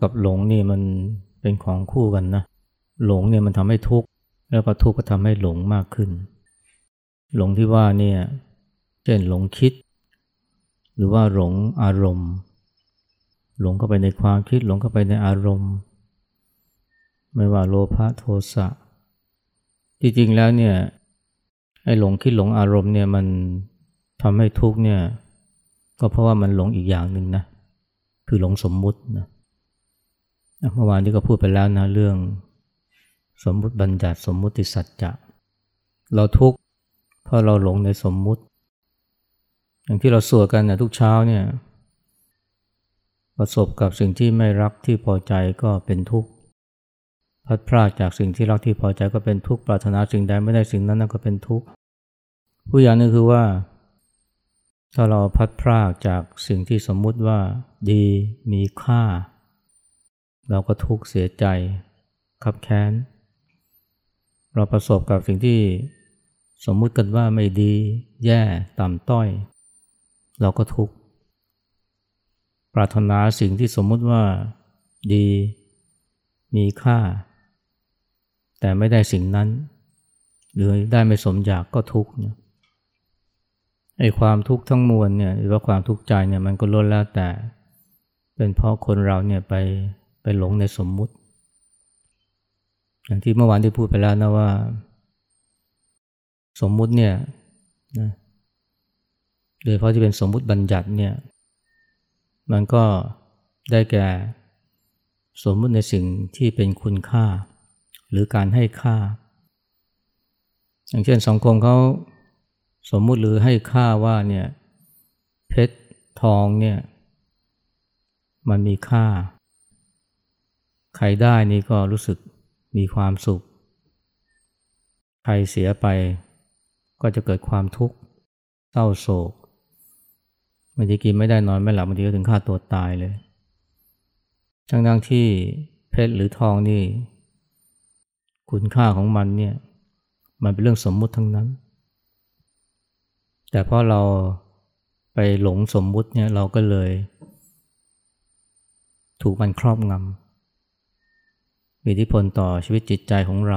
กับหลงนี่มันเป็นของคู่กันนะหลงเนี่ยมันทำให้ทุกข์แล้วก็ทุกข์ก็ทำให้หลงมากขึ้นหลงที่ว่าเนี่ยเช่นหลงคิดหรือว่าหลงอารมณ์หลงเข้าไปในความคิดหลงเข้าไปในอารมณ์ไม่ว่าโลภะโทสะจริงๆแล้วเนี่ยไอ้หลงคิดหลงอารมณ์เนี่ยมันทำให้ทุกข์เนี่ยก็เพราะว่ามันหลงอีกอย่างหนึ่งนะคือหลงสมมุตินะเมื่อวานที่ก็พูดไปแล้วนะเรื่องสมมุติบัญญัติสมมุติสัจจะเราทุกข์เพราะเราหลงในสมมุติอย่างที่เราสวดกันนะทุกเช้าเนี่ยประสบกับสิ่งที่ไม่รักที่พอใจก็เป็นทุกข์พัดพรากจากสิ่งที่รักที่พอใจก็เป็นทุกข์ปรารถนาสิ่งใดไม่ได้สิ่งนั้นก็เป็นทุกข์ผู้อย่างนึงคือว่าถ้าเราพัดพรากจากสิ่งที่สมมุติว่าดีมีค่าเราก็ทุกข์เสียใจคับแค้นเราประสบกับสิ่งที่สมมุติกันว่าไม่ดีแย่ต่ำต้อยเราก็ทุกข์ปรารถนาสิ่งที่สมมุติว่าดีมีค่าแต่ไม่ได้สิ่งนั้นหรือได้ไม่สมอยากก็ทุกข์เนี่ยไอ้ความทุกข์ทั้งมวลเนี่ยหรือว่าความทุกข์ใจเนี่ยมันก็ล้วนแล้วแต่เป็นเพราะคนเราเนี่ยไปหลงในสมมุติอย่างที่เมื่อวานที่พูดไปแล้วนะว่าสมมุติเนี่ยนะโดยเฉพาะที่เป็นสมมุติบัญญัติเนี่ยมันก็ได้แก่สมมุติในสิ่งที่เป็นคุณค่าหรือการให้ค่าอย่างเช่นสังคมเขาสมมุติหรือให้ค่าว่าเนี่ยเพชรทองเนี่ยมันมีค่าใครได้นี่ก็รู้สึกมีความสุขใครเสียไปก็จะเกิดความทุกข์เศร้าโศกบางทีกินไม่ได้นอนไม่หลับบางทีก็ถึงฆ่าตัวตายเลยทั้งที่เพชรหรือทองนี่คุณค่าของมันเนี่ยมันเป็นเรื่องสมมุติทั้งนั้นแต่เพราะเราไปหลงสมมุติเนี่ยเราก็เลยถูกมันครอบงำมีอิทธิพลต่อชีวิตจิตใจของเรา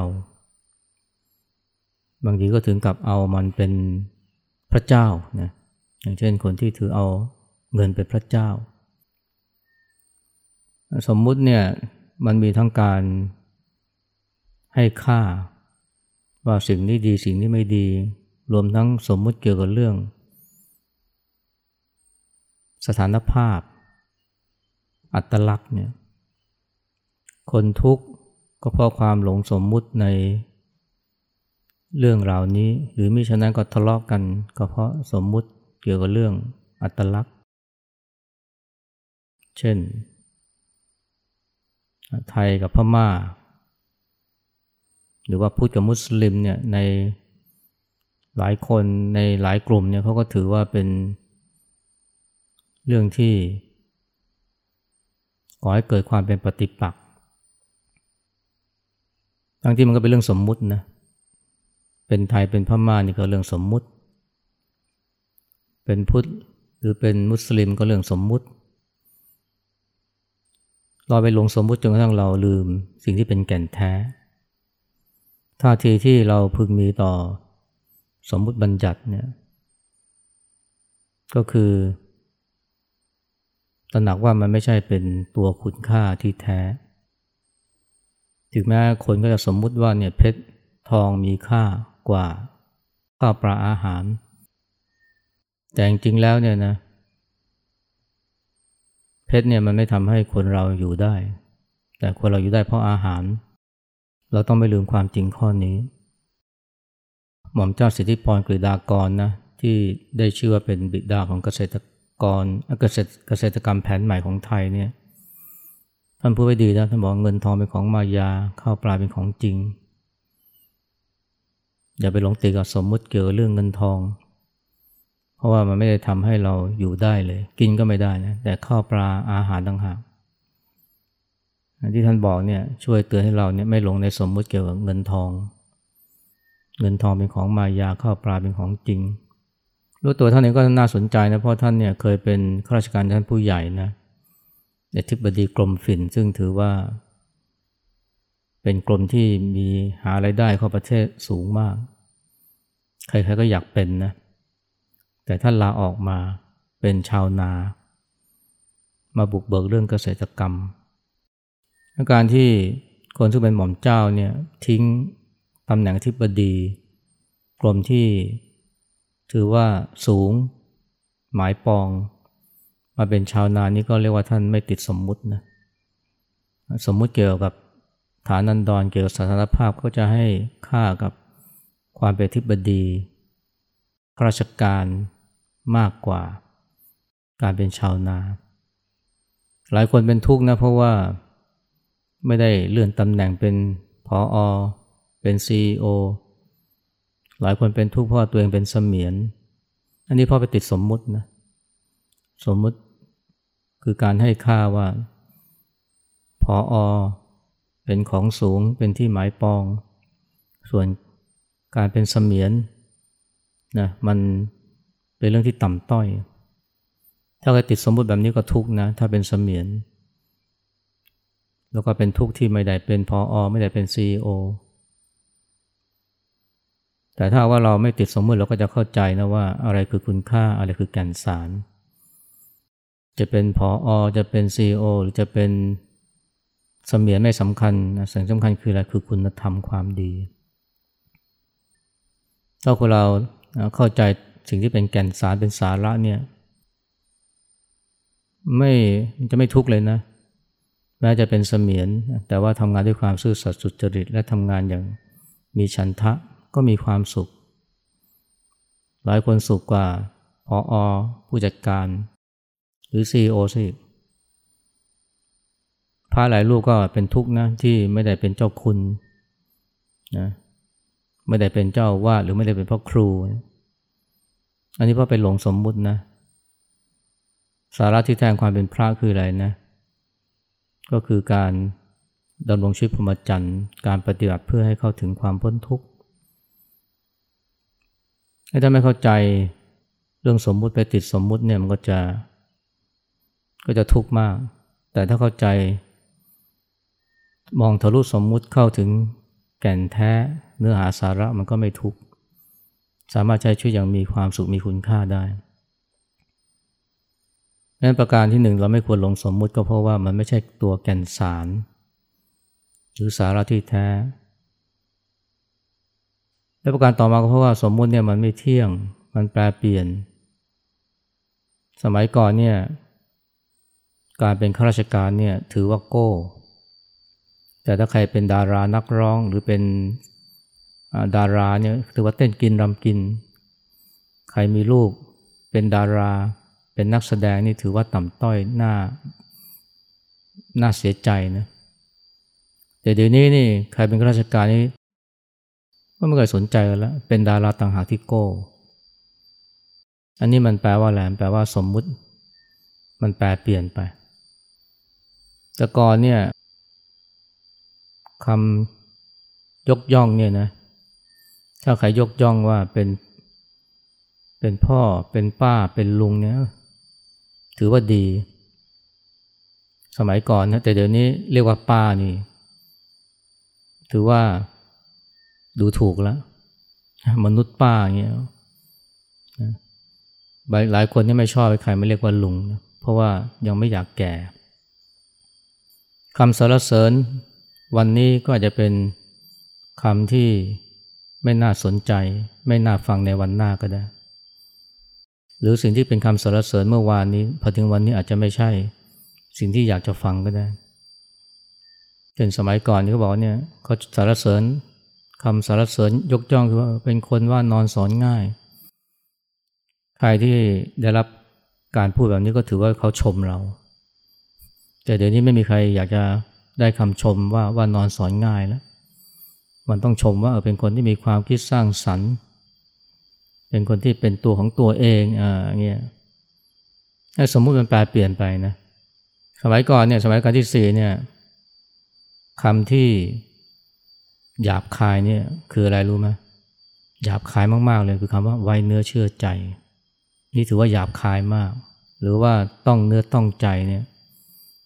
บางทีก็ถึงกับเอามันเป็นพระเจ้านะอย่างเช่นคนที่ถือเอาเงินเป็นพระเจ้าสมมุติเนี่ยมันมีทั้งการให้ค่าว่าสิ่งนี้ดีสิ่งนี้ไม่ดีรวมทั้งสมมุติเกี่ยวกับเรื่องสถานภาพอัตลักษณ์เนี่ยคนทุกข์ก็เพราะความหลงสมมุติในเรื่องราวนี้หรือมิฉะนั้นก็ทะเลาะกันก็เพราะสมมุติเกี่ยวกับเรื่องอัตลักษณ์เช่นไทยกับพม่าหรือว่าพุทธกับมุสลิมเนี่ยในหลายคนในหลายกลุ่มเนี่ยเขาก็ถือว่าเป็นเรื่องที่ก่อให้เกิดความเป็นปฏิปักษ์ทั้งที่มันก็เป็นเรื่องสมมุตินะเป็นไทยเป็นพม่านี่ก็เรื่องสมมุติเป็นพุทธหรือเป็นมุสลิมก็เรื่องสมมุติเราไปหลงสมมุติจนกระทั่งเราลืมสิ่งที่เป็นแก่นแท้ท่าทีที่เราพึงมีต่อสมมุติบัญญัติเนี่ยก็คือตระหนักว่ามันไม่ใช่เป็นตัวคุณค่าที่แท้ถึงแม้คนก็จะสมมุติว่าเนี่ยเพชรทองมีค่ากว่าข้าวปลาอาหารแต่จริงๆแล้วเนี่ยนะเพชรเนี่ยมันไม่ทำให้คนเราอยู่ได้แต่คนเราอยู่ได้เพราะอาหารเราต้องไม่ลืมความจริงข้อนี้หม่อมเจ้าสิทธิพรกฤษฎากรนะที่ได้ชื่อว่าเป็นบิดาของเกษตรกรรมแผนใหม่ของไทยเนี่ยท่านพูดไว้ดีนะท่านบอกเงินทองเป็นของมายาข้าวปลาเป็นของจริงอย่าไปหลงติดกับสมมุติเกี่ยวกับเรื่องเงินทองเพราะว่ามันไม่ได้ทำให้เราอยู่ได้เลยกินก็ไม่ได้นะแต่ข้าวปลาอาหารต่างหากที่ท่านบอกเนี่ยช่วยเตือนให้เราเนี่ยไม่หลงในสมมุติเกี่ยวกับเงินทองเป็นของมายาข้าวปลาเป็นของจริงรู้ตัวท่านเองก็น่าสนใจนะเพราะท่านเนี่ยเคยเป็นข้าราชการชั้นผู้ใหญ่นะอธิบดีกรมฝิ่นซึ่งถือว่าเป็นกรมที่มีหารายได้เข้าประเทศสูงมากใครๆก็อยากเป็นนะแต่ท่านลาออกมาเป็นชาวนามาบุกเบิกเรื่องเกษตรกรรมการที่คนซึ่งเป็นหม่อมเจ้าเนี่ยทิ้งตำแหน่งอธิบดีกรมที่ถือว่าสูงหมายปองมาเป็นชาวนานี่ก็เรียกว่าท่านไม่ติดสมมุตินะสมมุติเกี่ยวกับฐานันดรเกี่ยวกับสถานภาพก็จะให้ค่ากับความเป็นอธิบดีข้าราชการมากกว่าการเป็นชาวนาหลายคนเป็นทุกข์นะเพราะว่าไม่ได้เลื่อนตำแหน่งเป็นผอ.เป็น CEO หลายคนเป็นทุกข์เพราะตัวเองเป็นเสมียนอันนี้เพราะไปติดสมมุตินะสมมุติคือการให้ค่าว่าผอ.เป็นของสูงเป็นที่หมายปองส่วนการเป็นเสมียนนะมันเป็นเรื่องที่ต่ำต้อยถ้าใครติดสมมุติแบบนี้ก็ทุกข์นะถ้าเป็นเสมียนแล้วก็เป็นทุกข์ที่ไม่ได้เป็นผอ.ไม่ได้เป็น CEO แต่ถ้าว่าเราไม่ติดสมมุติเราก็จะเข้าใจนะว่าอะไรคือคุณค่าอะไรคือแก่นสารจะเป็นผอ.จะเป็น CEO หรือจะเป็นเสมียนไม่สำคัญนะสิ่งสำคัญคืออะไรคือคุณธรรมความดีถ้าคนเราเข้าใจสิ่งที่เป็นแก่นสารเป็นสาระเนี่ยจะไม่ทุกข์เลยนะแม้จะเป็นเสมียนแต่ว่าทำงานด้วยความซื่อสัตย์สุจริตและทำงานอย่างมีฉันทะก็มีความสุขหลายคนสุขกว่าผอ.ผู้จัดการหรือ CEO ซะอีกพระหลายรูปก็เป็นทุกข์นะที่ไม่ได้เป็นเจ้าคุณนะไม่ได้เป็นเจ้าวาดหรือไม่ได้เป็นพ่อครูอันนี้เพราะไปหลงสมมุตินะสาระที่แท้ความเป็นพระคืออะไรนะก็คือการดำรงชีวิตพรหมจรรย์การปฏิบัติเพื่อให้เข้าถึงความพ้นทุกข์ถ้าไม่เข้าใจเรื่องสมมุติไปติดสมมุติเนี่ยมันก็จะทุกข์มากแต่ถ้าเข้าใจมองทะลุสมมุติเข้าถึงแก่นแท้เนื้อหาสาระมันก็ไม่ทุกข์สามารถใช้ชีวิตอย่างมีความสุขมีคุณค่าได้นั้นประการที่หนึ่งเราไม่ควรหลงสมมุติก็เพราะว่ามันไม่ใช่ตัวแก่นสารหรือสาระที่แท้และประการต่อมาก็เพราะว่าสมมุติเนี่ยมันไม่เที่ยงมันแปรเปลี่ยนสมัยก่อนเนี่ยการเป็นข้าราชการเนี่ยถือว่าโก้แต่ถ้าใครเป็นดารานักร้องหรือเป็นดาราเนี่ยถือว่าเต้นกินรำกินใครมีลูกเป็นดาราเป็นนักแสดงนี่ถือว่าต่ำต้อยน่าเสียใจนะแต่เดี๋ยวนี้นี่ใครเป็นข้าราชการนี่ก็ไม่เคยสนใจกันแล้วเป็นดาราต่างหากที่โก้อันนี้มันแปลว่าอะไรแปลว่าสมมุติมันแปรเปลี่ยนไปแต่ก่อนเนี่ยคำยกย่องเนี่ยนะถ้าใครยกย่องว่าเป็นพ่อเป็นป้าเป็นลุงเนี่ยถือว่าดีสมัยก่อนนะแต่เดี๋ยวนี้เรียกว่าป้านี่ถือว่าดูถูกแล้วมนุษย์ป้าอย่างเงี้ยหลายคนที่ไม่ชอบใครไม่เรียกว่าลุงนะเพราะว่ายังไม่อยากแก่คำสรรเสริญวันนี้ก็อาจจะเป็นคำที่ไม่น่าสนใจไม่น่าฟังในวันหน้าก็ได้หรือสิ่งที่เป็นคำสรรเสริญเมื่อวานนี้พอถึงวันนี้อาจจะไม่ใช่สิ่งที่อยากจะฟังก็ได้เช่นสมัยก่อนนี่เขาบอกเนี่ยเขาสรรเสริญคำสรรเสริญยกย่องคือว่าเป็นคนว่านอนสอนง่ายใครที่ได้รับการพูดแบบนี้ก็ถือว่าเขาชมเราแต่เดี๋ยวนี้ไม่มีใครอยากจะได้คำชมว่านอนสอนง่ายแล้วมันต้องชมว่าเป็นคนที่มีความคิดสร้างสรรค์เป็นคนที่เป็นตัวของตัวเองเงี้ยสมมุติมันแปลเปลี่ยนไปนะสมัยก่อนเนี่ยสมัยรัชกาลที่ 4เนี่ยคำที่หยาบคายเนี่ยคืออะไรรู้ไหมหยาบคายมากๆเลยคือคำว่าไว้เนื้อเชื่อใจนี่ถือว่าหยาบคายมากหรือว่าต้องเนื้อต้องใจเนี่ย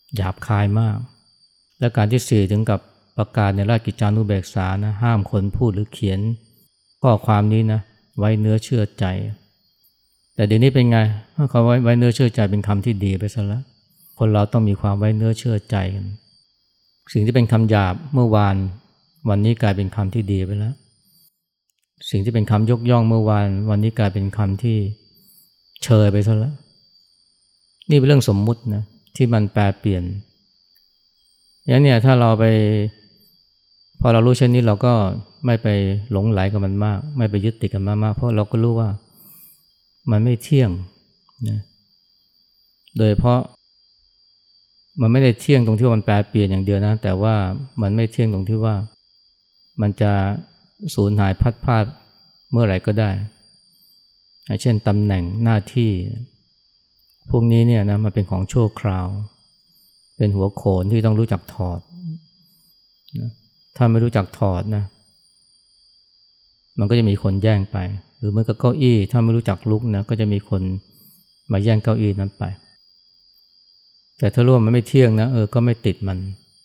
หยาบคายมากและการที่สี่ถึงกับประกาศในราชกิจจานุเบกษานะห้ามคนพูดหรือเขียนข้อความนี้นะไว้เนื้อเชื่อใจแต่เดี๋ยวนี้เป็นไงเขาไว้เนื้อเชื่อใจเป็นคำที่ดีไปซะแล้วคนเราต้องมีความไว้เนื้อเชื่อใจกันสิ่งที่เป็นคำหยาบเมื่อวานวันนี้กลายเป็นคำที่ดีไปแล้วสิ่งที่เป็นคำยกย่องเมื่อวานวันนี้กลายเป็นคำที่เชยไปซะแล้วนี่เป็นเรื่องสมมุตินะที่มันแปรเปลี่ยนอย่างนี้ถ้าเราไปพอเรารู้เช่นนี้เราก็ไม่ไปหลงไหลกับมันมากไม่ไปยึดติดกับมันมากเพราะเราก็รู้ว่ามันไม่เที่ยงนะโดยเพราะมันไม่ได้เที่ยงตรงที่มันแปรเปลี่ยนอย่างเดียวนะแต่ว่ามันไม่เที่ยงตรงที่ว่ามันจะสูญหายพัดพลาดเมื่อไหร่ก็ได้เช่นตำแหน่งหน้าที่พวกนี้เนี่ยนะมันเป็นของชั่วคราวเป็นหัวโขนที่ต้องรู้จักถอดนะถ้าไม่รู้จักถอดนะมันก็จะมีคนแย่งไปหรือเมื่อกับเก้าอี้ถ้าไม่รู้จักลุกนะก็จะมีคนมาแย่งเก้าอี้นั้นไปแต่ถ้ารู้ว่ามันไม่เที่ยงนะก็ไม่ติดมัน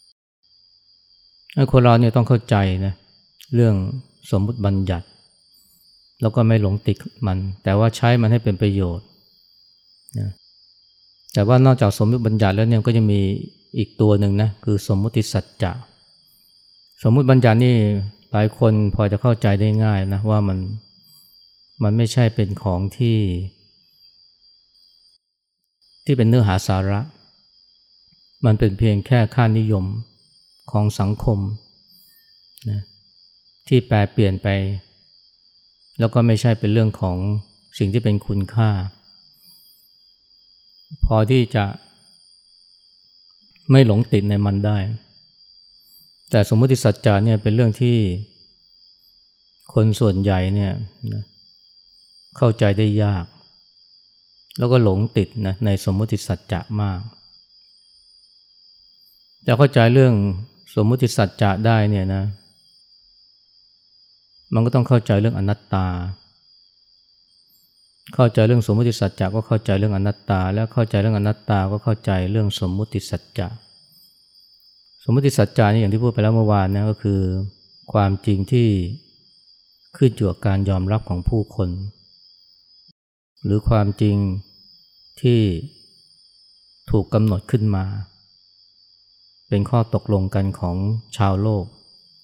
คนเราเนี่ยต้องเข้าใจนะเรื่องสมมุติบัญญัติแล้วก็ไม่หลงติดมันแต่ว่าใช้มันให้เป็นประโยชน์นะแต่ว่านอกจากสมมุติบัญญัติแล้วเนี่ยก็จะมีอีกตัวหนึ่งนะคือสมมุติสัจจะสมมุติบัญญัตินี่หลายคนพอจะเข้าใจได้ง่ายนะว่ามันไม่ใช่เป็นของที่เป็นเนื้อหาสาระมันเป็นเพียงแค่ค่านิยมของสังคมนะที่แปรเปลี่ยนไปแล้วก็ไม่ใช่เป็นเรื่องของสิ่งที่เป็นคุณค่าพอที่จะไม่หลงติดในมันได้แต่สมมติสัจจะเนี่ยเป็นเรื่องที่คนส่วนใหญ่เนี่ยนะเข้าใจได้ยากแล้วก็หลงติดนะในสมมติสัจจะมากจะเข้าใจเรื่องสมมติสัจจะได้เนี่ยนะมันก็ต้องเข้าใจเรื่องอนัตตาเข้าใจเรื่องสมมติสัจจะก็เข้าใจเรื่องอนัตตาแล้วเข้าใจเรื่องอนัตตาก็เข้าใจเรื่องสมมุติสัจจะสมมุติสัจจะนี่อย่างที่พูดไปแล้วเมื่อวานนะก็คือความจริงที่ขึ้นอยู่กับการยอมรับของผู้คนหรือความจริงที่ถูกกำหนดขึ้นมาเป็นข้อตกลงกันของชาวโลก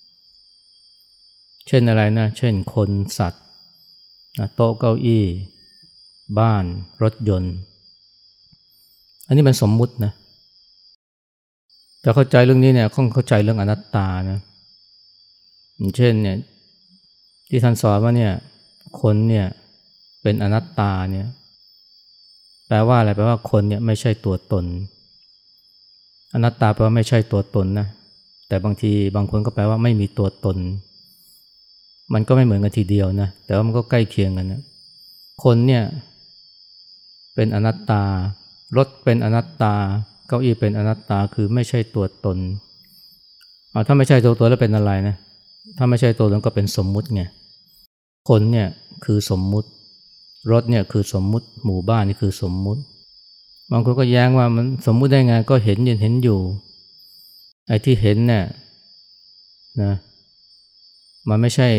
เช่นอะไรนะเช่นคนสัตว์โต๊ะเก้าอี้บ้านรถยนต์อันนี้มันสมมุตินะจะเข้าใจเรื่องนี้เนี่ยต้องเข้าใจเรื่องอนัตตานะอย่างเช่นเนี่ยที่ท่านสอนว่าเนี่ยคนเนี่ยเป็นอนัตตาเนี่ยแปลว่าอะไรแปลว่าคนเนี่ยไม่ใช่ตัวตนอนัตตาแปลว่าไม่ใช่ตัวตนนะแต่บางทีบางคนก็แปลว่าไม่มีตัวตนมันก็ไม่เหมือนกันทีเดียวนะแต่ว่ามันก็ใกล้เคียงกันนะคนเนี่ยเป็นอนัตตารถเป็นอนัตตาเก้าอี้เป็นอนัตตาคือไม่ใช่ตัวตนถ้าไม่ใช่ตัวตนแล้วเป็นอะไรนะถ้าไม่ใช่ตัวตนก็เป็นสมมุติไงคนเนี่ยคือสมมุติรถเนี่ยคือสมมุติหมู่บ้านนี่คือสมมุติบางคนก็แย้งว่ามันสมมุติได้ไงก็เห็นอยู่ไอ้ที่เห็นเนี่ยนะมันไม่ใช่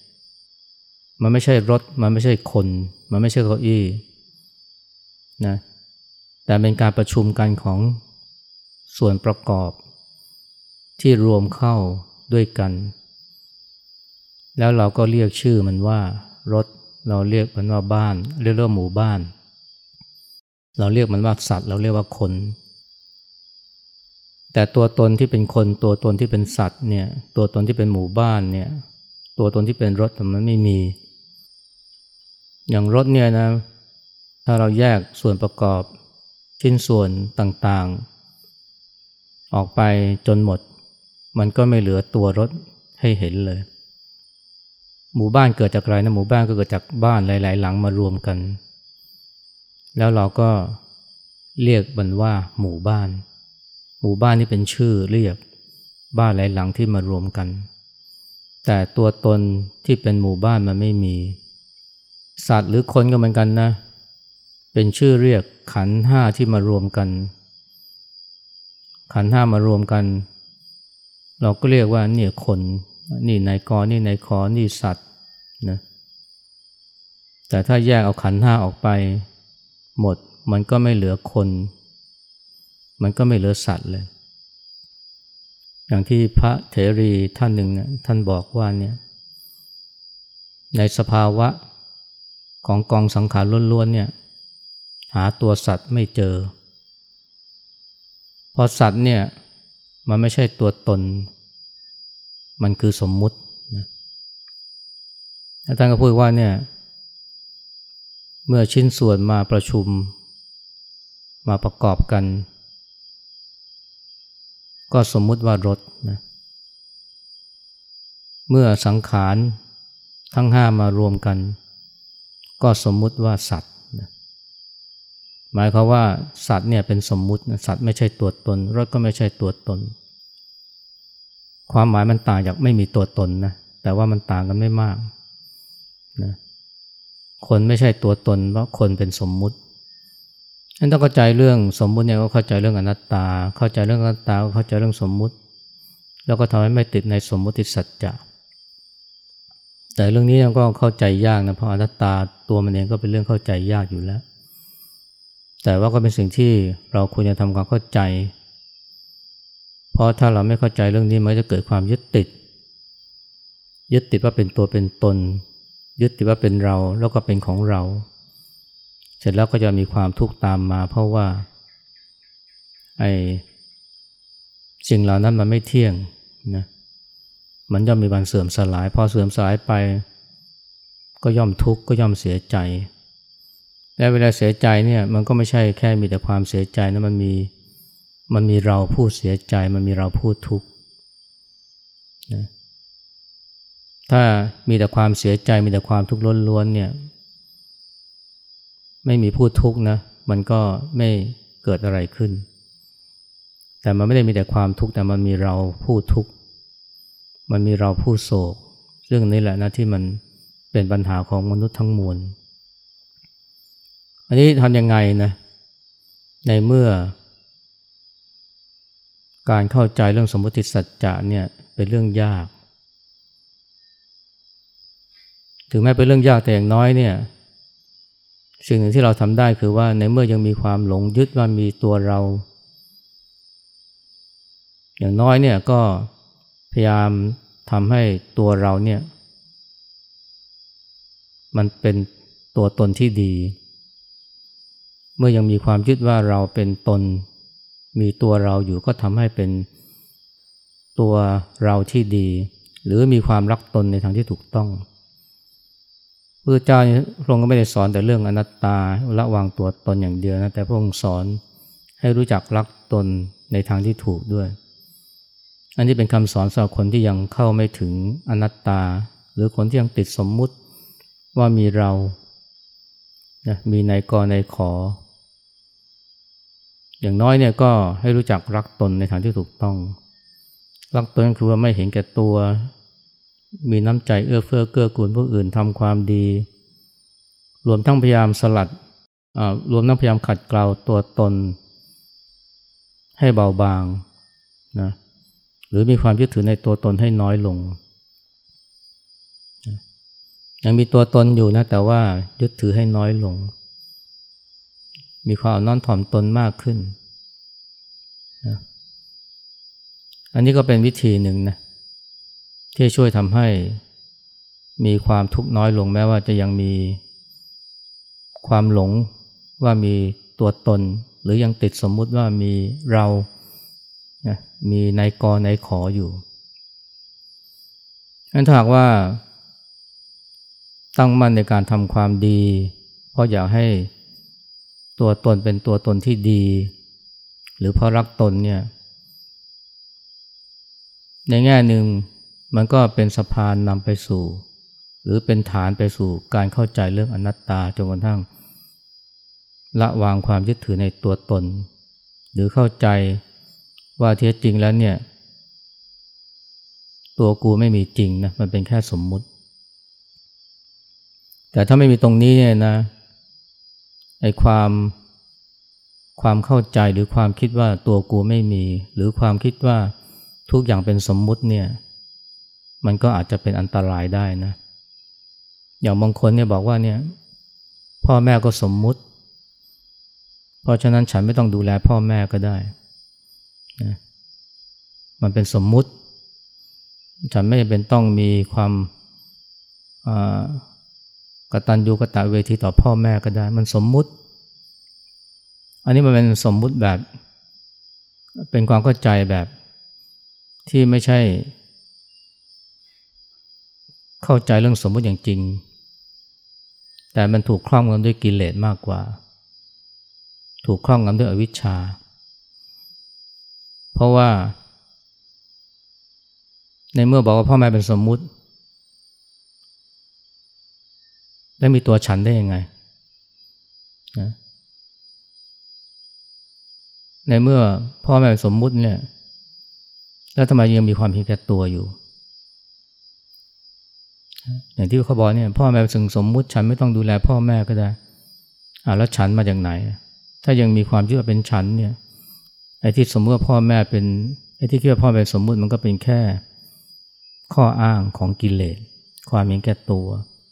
รถมันไม่ใช่คนมันไม่ใช่เก้าอี้นะแต่เป็นการประชุมกันของส่วนประกอบที่รวมเข้าด้วยกันแล้วเราก็เรียกชื่อมันว่ารถเราเรียกมันว่าบ้านเรียกว่าหมู่บ้านเราเรียกมันว่าสัตว์เราเรียกว่าคนแต่ตัวตนที่เป็นคนตัวตนที่เป็นสัตว์เนี่ยตัวตนที่เป็นหมู่บ้านเนี่ยตัวตนที่เป็นรถมันไม่มีอย่างรถเนี่ยนะถ้าเราแยกส่วนประกอบชิ้นส่วนต่างๆออกไปจนหมดมันก็ไม่เหลือตัวรถให้เห็นเลยหมู่บ้านเกิดจากอะไรนะหมู่บ้านก็เกิดจากบ้านหลายๆหลังมารวมกันแล้วเราก็เรียกมันว่าหมู่บ้านนี่เป็นชื่อเรียกบ้านหลายหลังที่มารวมกันแต่ตัวตนที่เป็นหมู่บ้านมันไม่มีสัตว์หรือคนก็เหมือนกันนะเป็นชื่อเรียกขันธ์ห้าที่มารวมกันขันธ์ห้ามารวมกันเราก็เรียกว่าเนี่ยคนนี่นายกนี่นายขอนี่สัตว์นะแต่ถ้าแยกเอาขันธ์ห้าออกไปหมดมันก็ไม่เหลือคนมันก็ไม่เหลือสัตว์เลยอย่างที่พระเถรีท่านหนึ่งเนี่ยท่านบอกว่าเนี่ยในสภาวะของกองสังขารล้วนๆเนี่ยหาตัวสัตว์ไม่เจอเพราะสัตว์เนี่ยมันไม่ใช่ตัวตนมันคือสมมุตินะท่านก็พูดว่าเนี่ยเมื่อชิ้นส่วนมาประชุมมาประกอบกันก็สมมุติว่ารถนะเมื่อสังขารทั้งห้ามารวมกันก็สมมุติว่าสัตว์นะหมายความว่าสัตว์เนี่ยเป็นสมมุตินะสัตว์ไม่ใช่ตัวตนรถก็ไม่ใช่ตัวตนความหมายมันต่างจากไม่มีตัวตนนะแต่ว่ามันต่างกันไม่มากนะคนไม่ใช่ตัวตนเพราะคนเป็นสมมุติฉะนั้นต้องเข้าใจเรื่องสมมุติเนี่ยก็เข้าใจเรื่องอนัตตาเข้าใจเรื่องอนัตตาก็เข้าใจเรื่องสมมุติแล้วก็ทำให้ไม่ติดในสมมุติสัจจะแต่เรื่องนี้ก็เข้าใจยากนะเพราะอนัตตาตัวมันเองก็เป็นเรื่องเข้าใจยากอยู่แล้วแต่ว่าก็เป็นสิ่งที่เราควรจะทำความเข้าใจเพราะถ้าเราไม่เข้าใจเรื่องนี้มันจะเกิดความยึดติดว่าเป็นตัวเป็นตนยึดติดว่าเป็นเราแล้วก็เป็นของเราเสร็จแล้วก็จะมีความทุกข์ตามมาเพราะว่าสิ่งเหล่านั้นมันไม่เที่ยงนะมันย่อมมีวันเสื่อมสลายพอเสื่อมสลายไปก็ย่อมทุกข์ก็ย่อมเสียใจและเวลาเสียใจเนี่ยมันก็ไม่ใช่แค่มีแต่ความเสียใจนะมันมีเราผู้เสียใจมันมีเราผู้ทุกข์นะถ้ามีแต่ความเสียใจมีแต่ความทุกข์ล้วนๆเนี่ยไม่มีผู้ทุกข์นะมันก็ไม่เกิดอะไรขึ้นแต่มันไม่ได้มีแต่ความทุกข์แต่มันมีเราผู้ทุกข์มันมีเราผู้โศกเรื่องนี้แหละนะที่มันเป็นปัญหาของมนุษย์ทั้งมวลอันนี้ทำยังไงนะในเมื่อการเข้าใจเรื่องสมมติสัจจะเนี่ยเป็นเรื่องยากถึงแม้เป็นเรื่องยากแต่อย่างน้อยเนี่ยสิ่งหนึ่งที่เราทำได้คือว่าในเมื่อยังมีความหลงยึดว่ามีตัวเราอย่างน้อยเนี่ยก็พยายามทำให้ตัวเราเนี่ยมันเป็นตัวตนที่ดีเมื่อยังมีความยึดว่าเราเป็นตนมีตัวเราอยู่ก็ทำให้เป็นตัวเราที่ดีหรือมีความรักตนในทางที่ถูกต้องพระเจ้าพระองค์ก็ไม่ได้สอนแต่เรื่องอนัตตาละวางตัวตนอย่างเดียวนะแต่พระองค์สอนให้รู้จักรักตนในทางที่ถูกด้วยอันนี้เป็นคำสอนสำหรับคนที่ยังเข้าไม่ถึงอนัตตาหรือคนที่ยังติดสมมุติว่ามีเรานะมีนายกนายขออย่างน้อยเนี่ยก็ให้รู้จักรักตนในทางที่ถูกต้องรักตนคือว่าไม่เห็นแก่ตัวมีน้ำใจเอื้อเฟื้อเกื้อกูลผู้อื่นทำความดีรวมทั้งพยายามรวมทั้งพยายามขัดเกลาตัวตนให้เบาบางนะหรือมีความยึดถือในตัวตนให้น้อยลงยังมีตัวตนอยู่นะแต่ว่ายึดถือให้น้อยลงมีความน้อมถ่อมตนมากขึ้นนะอันนี้ก็เป็นวิธีหนึ่งนะที่ช่วยทำให้มีความทุกข์น้อยลงแม้ว่าจะยังมีความหลงว่ามีตัวตนหรือยังติดสมมุติว่ามีเรานะมีนายกนายขออยู่งั้นถ้าหากว่าตั้งมั่นในการทำความดีเพราะอยากให้ตัวตนเป็นตัวตนที่ดีหรือเพราะรักตนเนี่ยในแง่หนึ่งมันก็เป็นสะพานนำไปสู่หรือเป็นฐานไปสู่การเข้าใจเรื่องอนัตตาจนกระทั่งละวางความยึดถือในตัวตนหรือเข้าใจว่าแท้จริงแล้วเนี่ยตัวกูไม่มีจริงนะมันเป็นแค่สมมุติแต่ถ้าไม่มีตรงนี้เนี่ยนะไอ้ความความเข้าใจหรือความคิดว่าตัวกูไม่มีหรือความคิดว่าทุกอย่างเป็นสมมุติเนี่ยมันก็อาจจะเป็นอันตรายได้นะอย่างบางคนเนี่ยบอกว่าเนี่ยพ่อแม่ก็สมมุติเพราะฉะนั้นฉันไม่ต้องดูแลพ่อแม่ก็ได้นะมันเป็นสมมุติฉันไม่จำเป็นต้องมีความกตัญญูกตเวทีต่อพ่อแม่ก็ได้มันสมมุติอันนี้มันเป็นสมมุติแบบเป็นความเข้าใจแบบที่ไม่ใช่เข้าใจเรื่องสมมุติอย่างจริงแต่มันถูกครอบงำด้วยกิเลสมากกว่าถูกครอบงำด้วยอวิชชาเพราะว่าในเมื่อบอกว่าพ่อแม่เป็นสมมุติแล้วมีตัวฉันได้ยังไงนะในเมื่อพ่อแม่เป็นสมมุติเนี่ยแล้วทำไมยังมีความเห็นแก่ตัวอยู่อย่างที่เขาบอกเนี่ยพ่อแม่เป็นสมมุติฉันไม่ต้องดูแลพ่อแม่ก็ได้แล้วฉันมาจากไหนถ้ายังมีความคิดว่าเป็นฉันเนี่ยไอ้ที่สมมติว่าพ่อแม่เป็นไอ้ที่คิดว่าพ่อแม่สมมุติมันก็เป็นแค่ข้ออ้างของกิเลสความเห็นแก่ตัว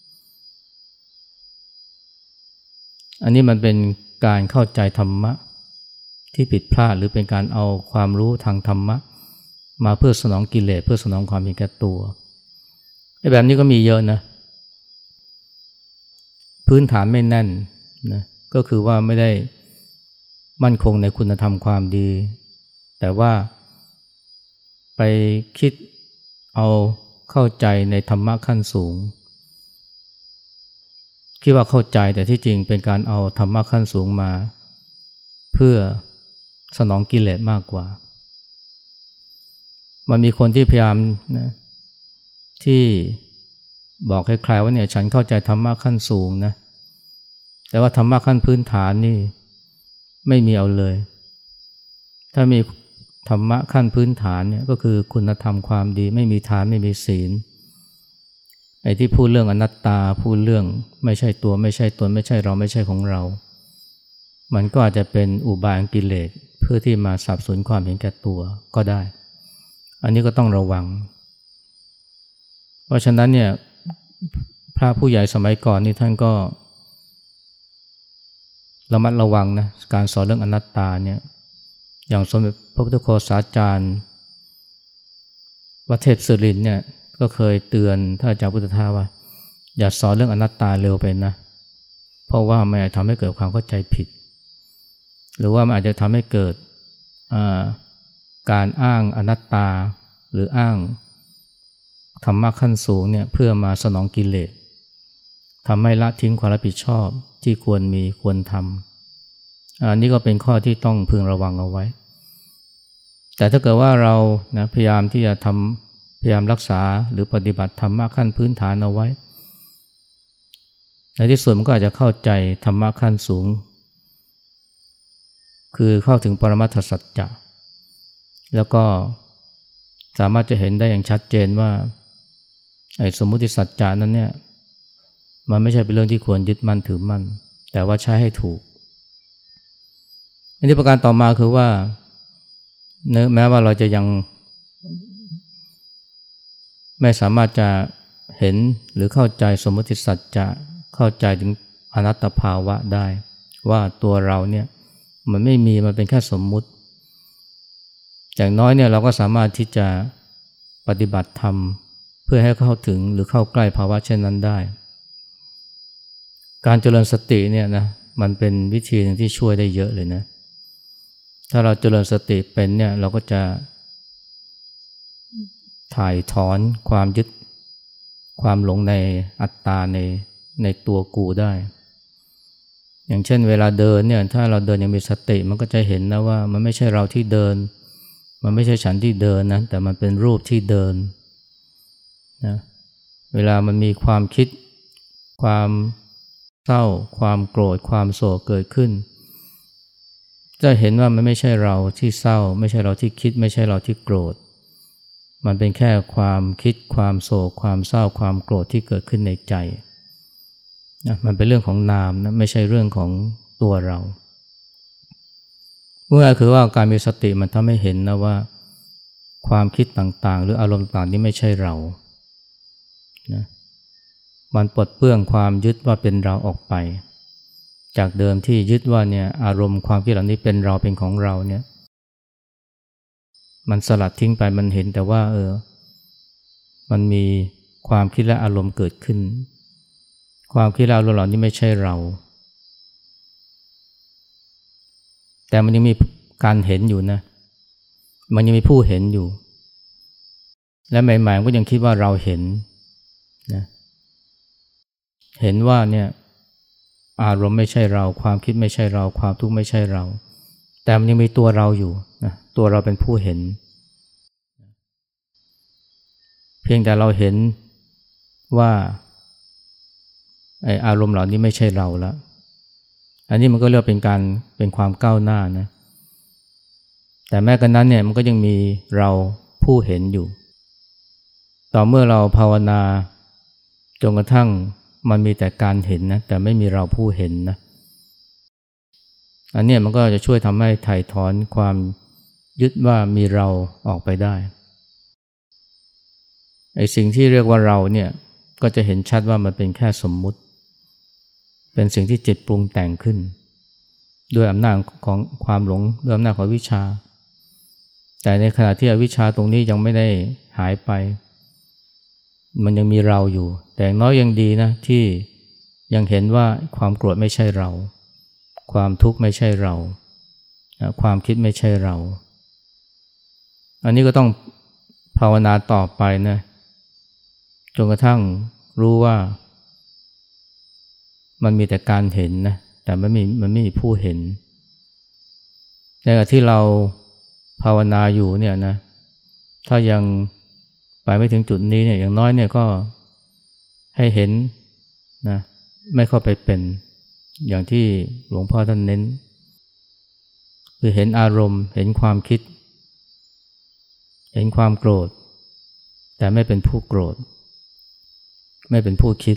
อันนี้มันเป็นการเข้าใจธรรมะที่ผิดพลาดหรือเป็นการเอาความรู้ทางธรรมะมาเพื่อสนองกิเลสเพื่อสนองความเห็นแก่ตัวไอ้แบบนี้ก็มีเยอะนะพื้นฐานไม่แน่นนะก็คือว่าไม่ได้มั่นคงในคุณธรรมความดีแต่ว่าไปคิดเอาเข้าใจในธรรมะขั้นสูงคิดว่าเข้าใจแต่ที่จริงเป็นการเอาธรรมะขั้นสูงมาเพื่อสนองกิเลสมากกว่ามันมีคนที่พยายามนะที่บอกให้ใครว่าเนี่ยฉันเข้าใจธรรมะขั้นสูงนะแต่ว่าธรรมะขั้นพื้นฐานนี่ไม่มีเอาเลยถ้ามีธรรมะขั้นพื้นฐานเนี่ยก็คือคุณธรรมความดีไม่มีทานไม่มีศีลไอ้ที่พูดเรื่องอนัตตาพูดเรื่องไม่ใช่ตัวไม่ใช่ตนไม่ใช่เราไม่ใช่ของเรามันก็อาจจะเป็นอุบายกิเลสเพื่อที่มาสับสนความเห็นแก่ตัวก็ได้อันนี้ก็ต้องระวังเพราะฉะนั้นเนี่ยพระผู้ใหญ่สมัยก่อนนี่ท่านก็ระมัดระวังนะการสอนเรื่องอนัตตาเนี่ยอย่างสมเด็จพระพุทธโฆษาจารย์วัดเทพศิรินทร์เนี่ยก็เคยเตือนท่านอาจารย์พุทธทาสว่าอย่าสอนเรื่องอนัตตาเร็วไปนะเพราะว่ามันอาจจะทำให้เกิดความเข้าใจผิดหรือว่ามันอาจจะทำให้เกิดการอ้างอนัตตาหรืออ้างธรรมะขั้นสูงเนี่ยเพื่อมาสนองกิเลสทำให้ละทิ้งความรับผิดชอบที่ควรมีควรทำอันนี้ก็เป็นข้อที่ต้องพึงระวังเอาไว้แต่ถ้าเกิดว่าเรานะพยายามที่จะพยายามรักษาหรือปฏิบัติธรรมะขั้นพื้นฐานเอาไว้ในที่สุดมันก็อาจจะเข้าใจธรรมะขั้นสูงคือเข้าถึงปรมัตถสัจจะแล้วก็สามารถจะเห็นได้อย่างชัดเจนว่าไอ้สมมุติสัจจะนั้นเนี่ยมันไม่ใช่เป็นเรื่องที่ควรยึดมั่นถือมั่นแต่ว่าใช้ให้ถูกอันนี้ประการต่อมาคือว่าแม้ว่าเราจะยังไม่สามารถจะเห็นหรือเข้าใจสมมุติสัจจะเข้าใจถึงอนัตตภาวะได้ว่าตัวเราเนี่ยมันไม่มีมันเป็นแค่สมมุติอย่างน้อยเนี่ยเราก็สามารถที่จะปฏิบัติธรรมเพื่อให้เข้าถึงหรือเข้าใกล้ภาวะเช่นนั้นได้การเจริญสติเนี่ยนะมันเป็นวิธีหนึ่งที่ช่วยได้เยอะเลยนะถ้าเราเจริญสติเป็นเนี่ยเราก็จะถ่ายถอนความยึดความหลงในอัตตาในตัวกูได้อย่างเช่นเวลาเดินเนี่ยถ้าเราเดินอย่างมีสติมันก็จะเห็นนะว่ามันไม่ใช่เราที่เดินมันไม่ใช่ฉันที่เดินนะแต่มันเป็นรูปที่เดินนะเวลามันมีความคิดความเศร้าความโกรธความโศกเกิดขึ้นจะเห็นว่ามันไม่ใช่เราที่เศร้าไม่ใช่เราที่คิดไม่ใช่เราที่โกรธมันเป็นแค่ความคิดความโศกความเศร้าความโกรธที่เกิดขึ้นในใจนะมันเป็นเรื่องของนามนะไม่ใช่เรื่องของตัวเราว่าคือว่าการมีสติมันทำให้เห็นนะว่าความคิดต่างๆหรืออารมณ์ต่างๆนี้ไม่ใช่เรานะมันปลดเปลื้องความยึดว่าเป็นเราออกไปจากเดิมที่ยึดว่าเนี่ยอารมณ์ความคิดเหล่านี้เป็นเราเป็นของเราเนี่ยมันสลัดทิ้งไปมันเห็นแต่ว่ามันมีความคิดและอารมณ์เกิดขึ้นความคิดและอารมณ์เหล่านี้ไม่ใช่เราแต่มันยังมีการเห็นอยู่นะมันยังมีผู้เห็นอยู่และใหม่ๆก็ยังคิดว่าเราเห็นนะเห็นว่าเนี่ยอารมณ์ไม่ใช่เราความคิดไม่ใช่เราความทุกข์ไม่ใช่เราแต่มันยังมีตัวเราอยู่นะตัวเราเป็นผู้เห็นเพียงแต่เราเห็นว่าไอ้อารมณ์เหล่านี้ไม่ใช่เราแล้วอันนี้มันก็เรียกเป็นความก้าวหน้านะแต่แม้กระนั้นเนี่ยมันก็ยังมีเราผู้เห็นอยู่ต่อเมื่อเราภาวนาจนกระทั่งมันมีแต่การเห็นนะแต่ไม่มีเราผู้เห็นนะอันนี้มันก็จะช่วยทำให้ไถ่ถอนความยึดว่ามีเราออกไปได้ไอ้สิ่งที่เรียกว่าเราเนี่ยก็จะเห็นชัดว่ามันเป็นแค่สมมุติเป็นสิ่งที่จิตปรุงแต่งขึ้นด้วยอำนาจของความหลงด้วยอำนาจของวิชาแต่ในขณะที่อวิชชาตรงนี้ยังไม่ได้หายไปมันยังมีเราอยู่แต่น้อยยังดีนะที่ยังเห็นว่าความโกรธไม่ใช่เราความทุกข์ไม่ใช่เราความคิดไม่ใช่เราอันนี้ก็ต้องภาวนาต่อไปนะจนกระทั่งรู้ว่ามันมีแต่การเห็นนะแต่มันไม่มีผู้เห็นในขณะที่เราภาวนาอยู่เนี่ยนะถ้ายังไปไม่ถึงจุดนี้เนี่ยอย่างน้อยเนี่ยก็ให้เห็นนะไม่เข้าไปเป็นอย่างที่หลวงพ่อท่านเน้นคือเห็นอารมณ์เห็นความคิดเห็นความโกรธแต่ไม่เป็นผู้โกรธไม่เป็นผู้คิด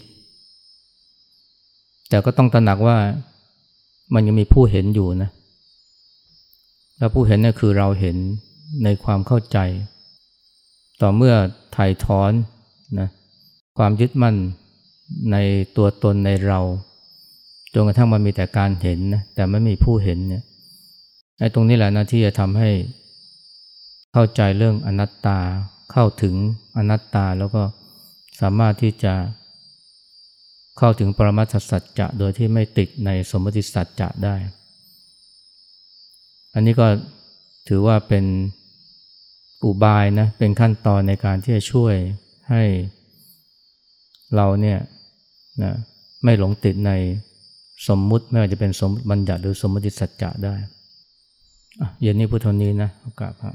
แต่ก็ต้องตระหนักว่ามันยังมีผู้เห็นอยู่นะแล้วผู้เห็นเนี่ยคือเราเห็นในความเข้าใจต่อเมื่อถ่ายถอนนะความยึดมั่นในตัวตนในเราจนกระทั่งมันมีแต่การเห็นนะแต่ไม่มีผู้เห็นเนี่ยไอ้ตรงนี้แหละนะที่จะทำให้เข้าใจเรื่องอนัตตาเข้าถึงอนัตตาแล้วก็สามารถที่จะเข้าถึงปรมัตถสัจจะโดยที่ไม่ติดในสมมติสัจจะได้อันนี้ก็ถือว่าเป็นอุบายนะเป็นขั้นตอนในการที่จะช่วยให้เราเนี่ยนะไม่หลงติดในสมมุติไม่ว่าจะเป็นสมมุติบัญญัติหรือสมมติสัจจะได้เย็นนี้พุทโธนี้นะโอกาสพระ